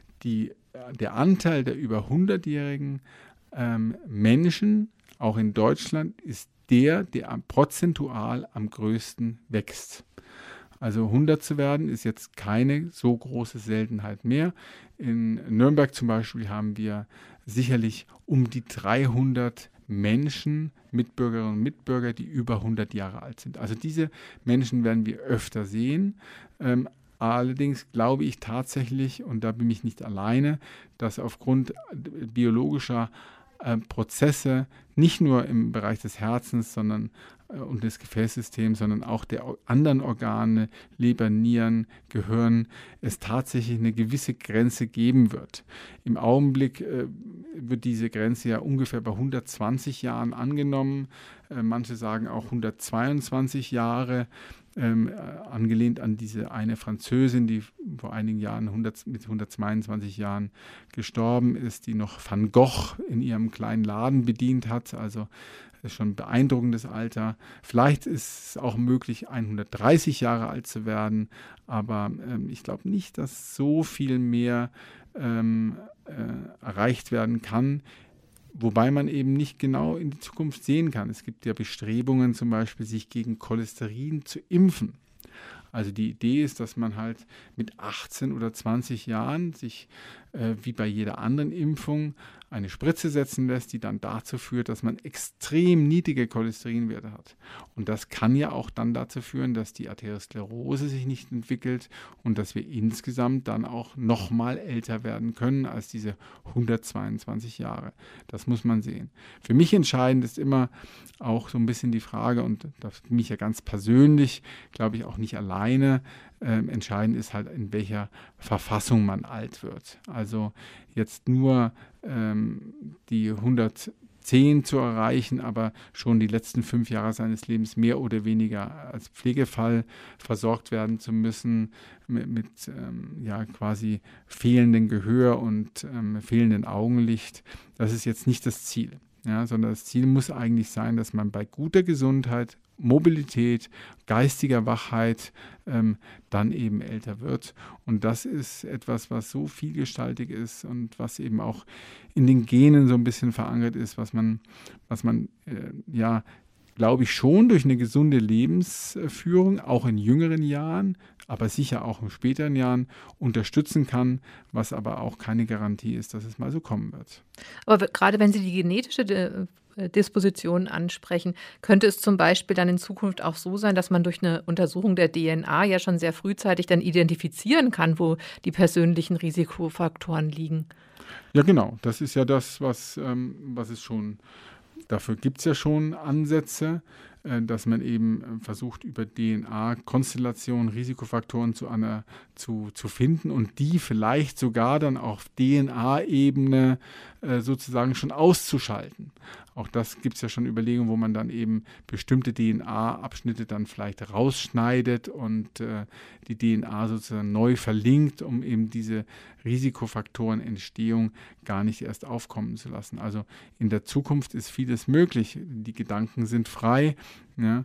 Der Anteil der über 100-jährigen Menschen, auch in Deutschland, ist der prozentual am größten wächst. Also 100 zu werden ist jetzt keine so große Seltenheit mehr. In Nürnberg zum Beispiel haben wir sicherlich um die 300 Menschen, Mitbürgerinnen und Mitbürger, die über 100 Jahre alt sind. Also diese Menschen werden wir öfter sehen. Allerdings glaube ich tatsächlich, und da bin ich nicht alleine, dass aufgrund biologischer Prozesse nicht nur im Bereich des Herzens, sondern und des Gefäßsystems, sondern auch der anderen Organe, Leber, Nieren, Gehirn, es tatsächlich eine gewisse Grenze geben wird. Im Augenblick wird diese Grenze ja ungefähr bei 120 Jahren angenommen. Manche sagen auch 122 Jahre, angelehnt an diese eine Französin, die vor einigen Jahren mit 122 Jahren gestorben ist, die noch Van Gogh in ihrem kleinen Laden bedient hat. Also das ist schon ein beeindruckendes Alter. Vielleicht ist es auch möglich, 130 Jahre alt zu werden, aber ich glaube nicht, dass so viel mehr erreicht werden kann. wobei man eben nicht genau in die Zukunft sehen kann. Es gibt ja Bestrebungen zum Beispiel, sich gegen Cholesterin zu impfen. Also die Idee ist, dass man halt mit 18 oder 20 Jahren sich wie bei jeder anderen Impfung eine Spritze setzen lässt, die dann dazu führt, dass man extrem niedrige Cholesterinwerte hat. Und das kann ja auch dann dazu führen, dass die Arteriosklerose sich nicht entwickelt und dass wir insgesamt dann auch nochmal älter werden können als diese 122 Jahre. Das muss man sehen. Für mich entscheidend ist immer auch so ein bisschen die Frage, und das für mich ja ganz persönlich, glaube ich, auch nicht alleine, entscheidend ist halt, in welcher Verfassung man alt wird. Also jetzt nur die 110 zu erreichen, aber schon die letzten 5 Jahre seines Lebens mehr oder weniger als Pflegefall versorgt werden zu müssen, mit quasi fehlendem Gehör und fehlendem Augenlicht. Das ist jetzt nicht das Ziel, ja, sondern das Ziel muss eigentlich sein, dass man bei guter Gesundheit, Mobilität, geistiger Wachheit dann eben älter wird. Und das ist etwas, was so vielgestaltig ist und was eben auch in den Genen so ein bisschen verankert ist, was man glaube ich, schon durch eine gesunde Lebensführung, auch in jüngeren Jahren, aber sicher auch in späteren Jahren unterstützen kann, was aber auch keine Garantie ist, dass es mal so kommen wird. Aber gerade wenn Sie die genetische Disposition ansprechen, könnte es zum Beispiel dann in Zukunft auch so sein, dass man durch eine Untersuchung der DNA ja schon sehr frühzeitig dann identifizieren kann, wo die persönlichen Risikofaktoren liegen? Ja, genau. Das ist ja das, was es schon, dafür gibt es ja schon Ansätze, dass man eben versucht, über DNA-Konstellationen Risikofaktoren zu finden und die vielleicht sogar dann auf DNA-Ebene sozusagen schon auszuschalten. Auch das gibt es ja schon Überlegungen, wo man dann eben bestimmte DNA-Abschnitte dann vielleicht rausschneidet und die DNA sozusagen neu verlinkt, um eben diese Risikofaktorenentstehung gar nicht erst aufkommen zu lassen. Also in der Zukunft ist vieles möglich. Die Gedanken sind frei. Ja,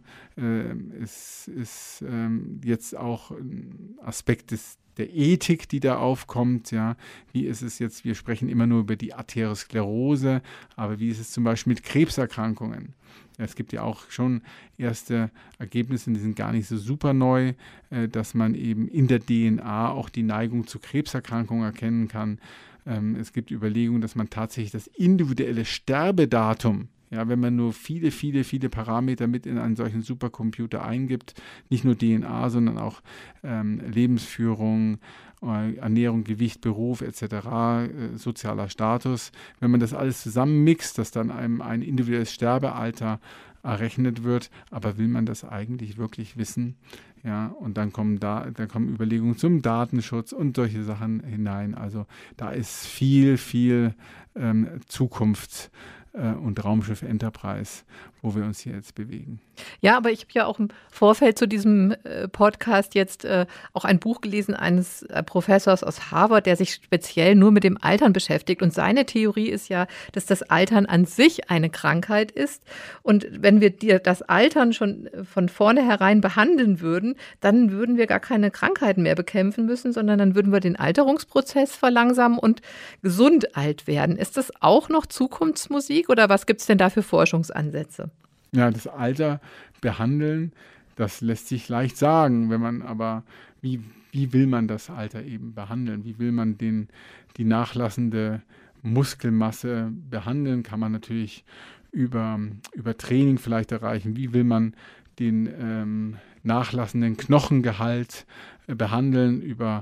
es ist jetzt auch ein Aspekt der Ethik, die da aufkommt. Ja, wie ist es jetzt, wir sprechen immer nur über die Arteriosklerose, aber wie ist es zum Beispiel mit Krebserkrankungen? Es gibt ja auch schon erste Ergebnisse, die sind gar nicht so super neu, dass man eben in der DNA auch die Neigung zu Krebserkrankungen erkennen kann. Es gibt Überlegungen, dass man tatsächlich das individuelle Sterbedatum, ja, wenn man nur viele, viele, viele Parameter mit in einen solchen Supercomputer eingibt, nicht nur DNA, sondern auch Lebensführung, Ernährung, Gewicht, Beruf etc., sozialer Status. Wenn man das alles zusammenmixt, dass dann einem ein individuelles Sterbealter errechnet wird, aber will man das eigentlich wirklich wissen? Ja, und dann kommen Überlegungen zum Datenschutz und solche Sachen hinein. Also da ist viel, viel Zukunft und Raumschiff Enterprise, wo wir uns hier jetzt bewegen. Ja, aber ich habe ja auch im Vorfeld zu diesem Podcast jetzt auch ein Buch gelesen eines Professors aus Harvard, der sich speziell nur mit dem Altern beschäftigt. Und seine Theorie ist ja, dass das Altern an sich eine Krankheit ist. Und wenn wir das Altern schon von vornherein behandeln würden, dann würden wir gar keine Krankheiten mehr bekämpfen müssen, sondern dann würden wir den Alterungsprozess verlangsamen und gesund alt werden. Ist das auch noch Zukunftsmusik oder was gibt es denn da für Forschungsansätze? Ja, das Alter behandeln, das lässt sich leicht sagen, wenn man aber, wie will man das Alter eben behandeln? Wie will man die nachlassende Muskelmasse behandeln? Kann man natürlich über Training vielleicht erreichen. Wie will man den nachlassenden Knochengehalt behandeln? Über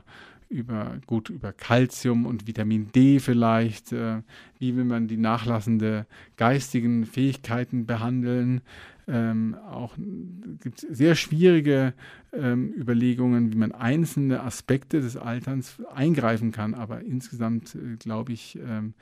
Calcium und Vitamin D vielleicht. Wie will man die nachlassende geistigen Fähigkeiten behandeln? Auch gibt es sehr schwierige Überlegungen, wie man einzelne Aspekte des Alterns eingreifen kann. Aber insgesamt glaube ich,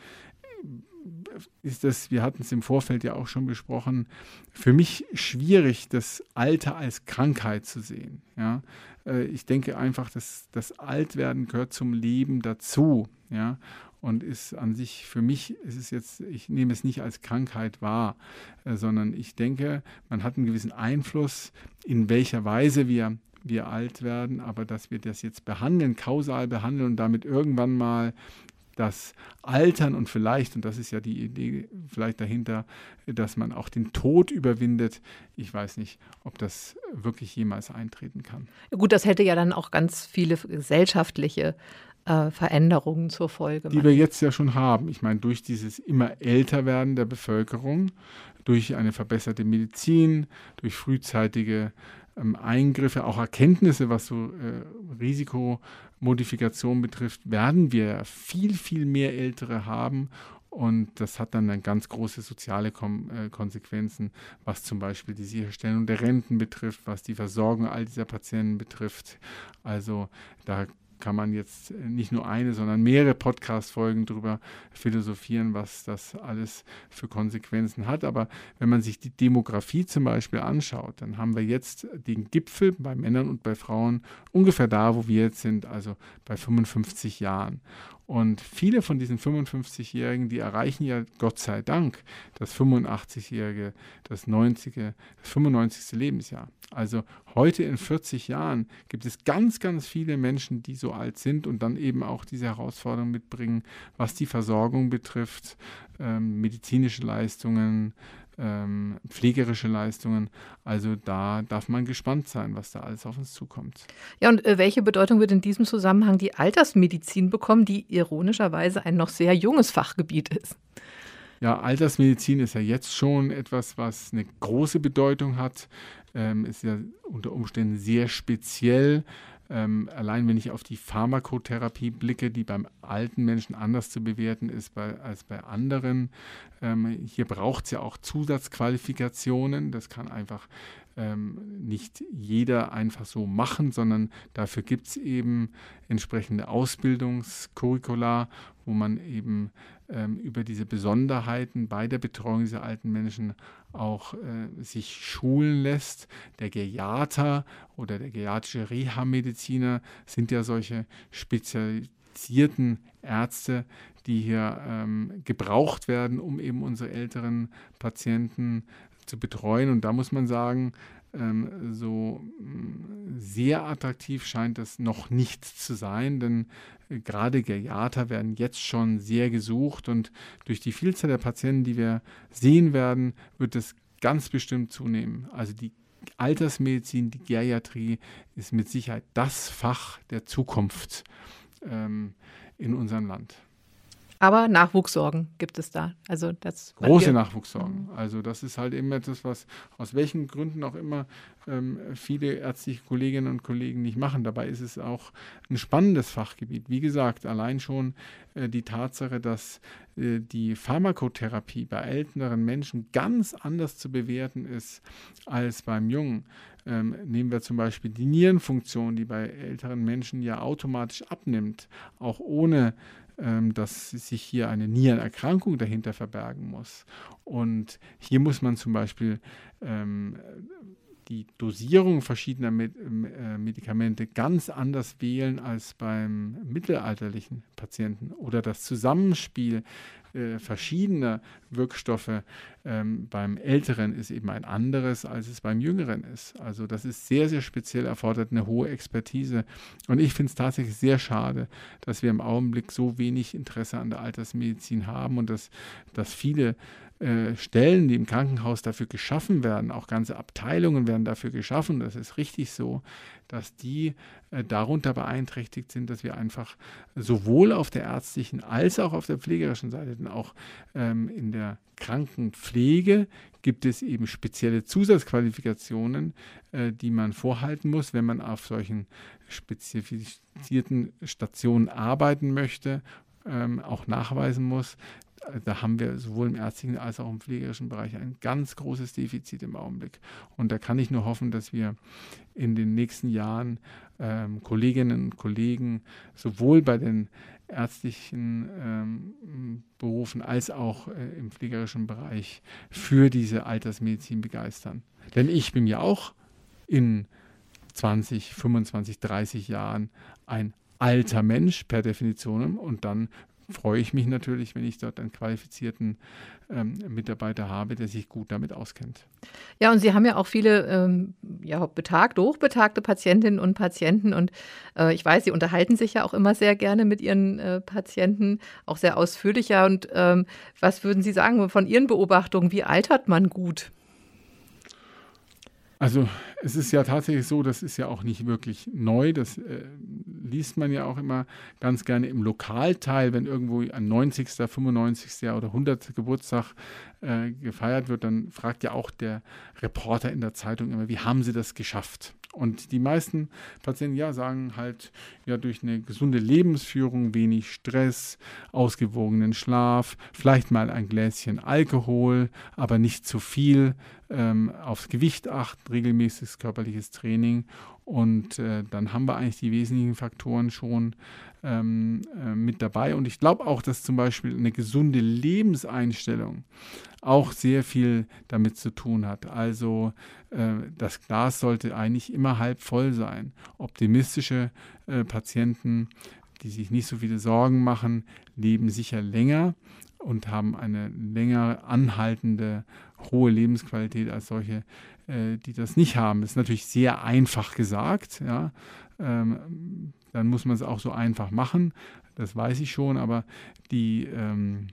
ist das, wir hatten es im Vorfeld ja auch schon besprochen, für mich schwierig, das Alter als Krankheit zu sehen. Ja? Ich denke einfach, dass das Altwerden gehört zum Leben dazu. Ja? Und ist an sich, für mich ist es jetzt, ich nehme es nicht als Krankheit wahr, sondern ich denke, man hat einen gewissen Einfluss, in welcher Weise wir alt werden, aber dass wir das jetzt behandeln, kausal behandeln und damit irgendwann mal das Altern und vielleicht, und das ist ja die Idee vielleicht dahinter, dass man auch den Tod überwindet. Ich weiß nicht, ob das wirklich jemals eintreten kann. Gut, das hätte ja dann auch ganz viele gesellschaftliche Veränderungen zur Folge. Die wir jetzt ja schon haben. Ich meine, durch dieses immer älter werden der Bevölkerung, durch eine verbesserte Medizin, durch frühzeitige Eingriffe, auch Erkenntnisse, was so Risikomodifikation betrifft, werden wir viel, viel mehr Ältere haben. Und das hat dann ganz große soziale Konsequenzen, was zum Beispiel die Sicherstellung der Renten betrifft, was die Versorgung all dieser Patienten betrifft. Also da kann man jetzt nicht nur eine, sondern mehrere Podcast-Folgen darüber philosophieren, was das alles für Konsequenzen hat. Aber wenn man sich die Demografie zum Beispiel anschaut, dann haben wir jetzt den Gipfel bei Männern und bei Frauen ungefähr da, wo wir jetzt sind, also bei 55 Jahren. Und viele von diesen 55-Jährigen, die erreichen ja Gott sei Dank das 85-jährige, das 95. Lebensjahr. Also heute in 40 Jahren gibt es ganz, ganz viele Menschen, die so alt sind und dann eben auch diese Herausforderungen mitbringen, was die Versorgung betrifft, medizinische Leistungen, pflegerische Leistungen. Also da darf man gespannt sein, was da alles auf uns zukommt. Ja, und welche Bedeutung wird in diesem Zusammenhang die Altersmedizin bekommen, die ironischerweise ein noch sehr junges Fachgebiet ist? Ja, Altersmedizin ist ja jetzt schon etwas, was eine große Bedeutung hat. Ist ja unter Umständen sehr speziell. Allein wenn ich auf die Pharmakotherapie blicke, die beim alten Menschen anders zu bewerten ist als bei anderen. Hier braucht es ja auch Zusatzqualifikationen. Das kann einfach nicht jeder einfach so machen, sondern dafür gibt es eben entsprechende Ausbildungscurricula, wo man eben über diese Besonderheiten bei der Betreuung dieser alten Menschen auch sich schulen lässt. Der Geriater oder der geriatrische Reha-Mediziner sind ja solche spezialisierten Ärzte, die hier gebraucht werden, um eben unsere älteren Patienten zu betreuen. Und da muss man sagen, so sehr attraktiv scheint das noch nicht zu sein, denn gerade Geriater werden jetzt schon sehr gesucht und durch die Vielzahl der Patienten, die wir sehen werden, wird es ganz bestimmt zunehmen. Also die Altersmedizin, die Geriatrie ist mit Sicherheit das Fach der Zukunft in unserem Land. Aber Nachwuchssorgen gibt es da. Also das große Nachwuchssorgen. Also das ist halt eben etwas, was aus welchen Gründen auch immer viele ärztliche Kolleginnen und Kollegen nicht machen. Dabei ist es auch ein spannendes Fachgebiet. Wie gesagt, allein schon die Tatsache, dass die Pharmakotherapie bei älteren Menschen ganz anders zu bewerten ist als beim Jungen. Nehmen wir zum Beispiel die Nierenfunktion, die bei älteren Menschen ja automatisch abnimmt, auch ohne dass sich hier eine Nierenerkrankung dahinter verbergen muss. Und hier muss man zum Beispiel die Dosierung verschiedener Medikamente ganz anders wählen als beim mittelalterlichen Patienten oder das Zusammenspiel verschiedener Wirkstoffe beim Älteren ist eben ein anderes, als es beim Jüngeren ist. Also das ist sehr, sehr speziell, erfordert eine hohe Expertise. Und ich finde es tatsächlich sehr schade, dass wir im Augenblick so wenig Interesse an der Altersmedizin haben und dass viele Stellen, die im Krankenhaus dafür geschaffen werden, auch ganze Abteilungen werden dafür geschaffen, das ist richtig so, dass die darunter beeinträchtigt sind, dass wir einfach sowohl auf der ärztlichen als auch auf der pflegerischen Seite, denn auch in der Krankenpflege gibt es eben spezielle Zusatzqualifikationen, die man vorhalten muss, wenn man auf solchen spezifizierten Stationen arbeiten möchte, auch nachweisen muss. Da haben wir sowohl im ärztlichen als auch im pflegerischen Bereich ein ganz großes Defizit im Augenblick. Und da kann ich nur hoffen, dass wir in den nächsten Jahren Kolleginnen und Kollegen sowohl bei den ärztlichen Berufen als auch im pflegerischen Bereich für diese Altersmedizin begeistern. Denn ich bin ja auch in 20, 25, 30 Jahren ein alter Mensch per Definition und dann freue ich mich natürlich, wenn ich dort einen qualifizierten Mitarbeiter habe, der sich gut damit auskennt. Ja, und Sie haben ja auch viele hochbetagte Patientinnen und Patienten. Und ich weiß, Sie unterhalten sich ja auch immer sehr gerne mit Ihren Patienten, auch sehr ausführlicher. Und was würden Sie sagen von Ihren Beobachtungen? Wie altert man gut? Also es ist ja tatsächlich so, das ist ja auch nicht wirklich neu, das liest man ja auch immer ganz gerne im Lokalteil, wenn irgendwo ein 90., 95. oder 100. Geburtstag gefeiert wird, dann fragt ja auch der Reporter in der Zeitung immer, wie haben Sie das geschafft? Und die meisten Patienten sagen halt, durch eine gesunde Lebensführung, wenig Stress, ausgewogenen Schlaf, vielleicht mal ein Gläschen Alkohol, aber nicht zu viel, aufs Gewicht achten, regelmäßiges körperliches Training. Und dann haben wir eigentlich die wesentlichen Faktoren schon mit dabei. Und ich glaube auch, dass zum Beispiel eine gesunde Lebenseinstellung auch sehr viel damit zu tun hat. Also das Glas sollte eigentlich immer halb voll sein. Optimistische Patienten, die sich nicht so viele Sorgen machen, leben sicher länger und haben eine länger anhaltende hohe Lebensqualität als solche, die das nicht haben. Das ist natürlich sehr einfach gesagt, ja. Dann muss man es auch so einfach machen, das weiß ich schon, aber diese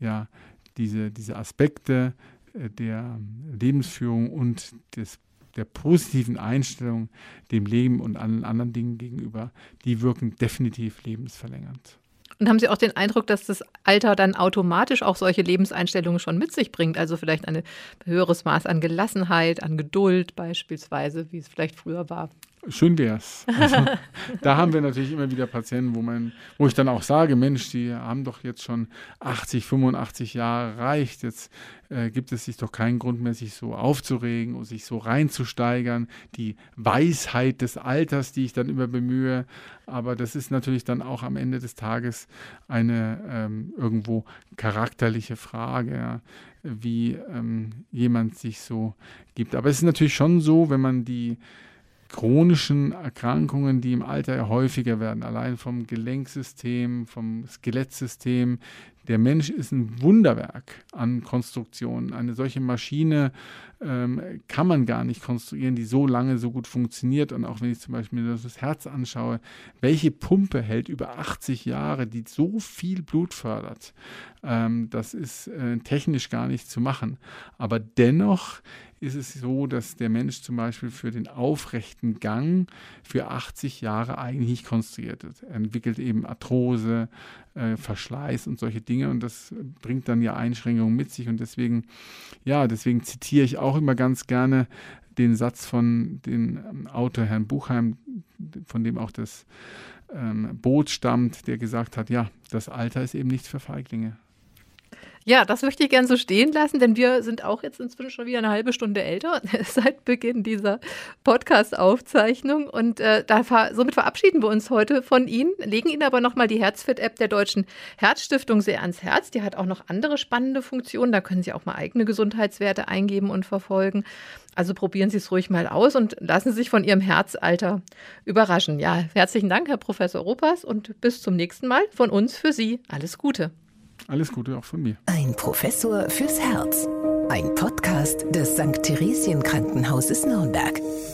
Aspekte der Lebensführung und der positiven Einstellung dem Leben und allen anderen Dingen gegenüber, die wirken definitiv lebensverlängernd. Und haben Sie auch den Eindruck, dass das Alter dann automatisch auch solche Lebenseinstellungen schon mit sich bringt? Also vielleicht ein höheres Maß an Gelassenheit, an Geduld beispielsweise, wie es vielleicht früher war? Schön wär's. Also, da haben wir natürlich immer wieder Patienten, wo ich dann auch sage, Mensch, die haben doch jetzt schon 80, 85 Jahre erreicht. Jetzt gibt es sich doch keinen Grund mehr, sich so aufzuregen und sich so reinzusteigern. Die Weisheit des Alters, die ich dann immer bemühe. Aber das ist natürlich dann auch am Ende des Tages eine irgendwo charakterliche Frage, ja, wie jemand sich so gibt. Aber es ist natürlich schon so, wenn man die chronischen Erkrankungen, die im Alter ja häufiger werden, allein vom Gelenksystem, vom Skelettsystem. Der Mensch ist ein Wunderwerk an Konstruktionen. Eine solche Maschine kann man gar nicht konstruieren, die so lange so gut funktioniert. Und auch wenn ich zum Beispiel mir das Herz anschaue, welche Pumpe hält über 80 Jahre, die so viel Blut fördert, das ist technisch gar nicht zu machen. Aber dennoch ist es so, dass der Mensch zum Beispiel für den aufrechten Gang für 80 Jahre eigentlich nicht konstruiert ist. Er entwickelt eben Arthrose, Verschleiß und solche Dinge und das bringt dann ja Einschränkungen mit sich und deswegen zitiere ich auch immer ganz gerne den Satz von dem Autor Herrn Buchheim, von dem auch das Boot stammt, der gesagt hat, ja, das Alter ist eben nicht für Feiglinge. Ja, das möchte ich gern so stehen lassen, denn wir sind auch jetzt inzwischen schon wieder eine halbe Stunde älter seit Beginn dieser Podcast-Aufzeichnung. Und somit verabschieden wir uns heute von Ihnen, legen Ihnen aber nochmal die Herzfit-App der Deutschen Herzstiftung sehr ans Herz. Die hat auch noch andere spannende Funktionen. Da können Sie auch mal eigene Gesundheitswerte eingeben und verfolgen. Also probieren Sie es ruhig mal aus und lassen Sie sich von Ihrem Herzalter überraschen. Ja, herzlichen Dank, Herr Professor Ropers, und bis zum nächsten Mal. Von uns für Sie alles Gute. Alles Gute auch von mir. Ein Professor fürs Herz. Ein Podcast des St. Theresien Krankenhauses Nürnberg.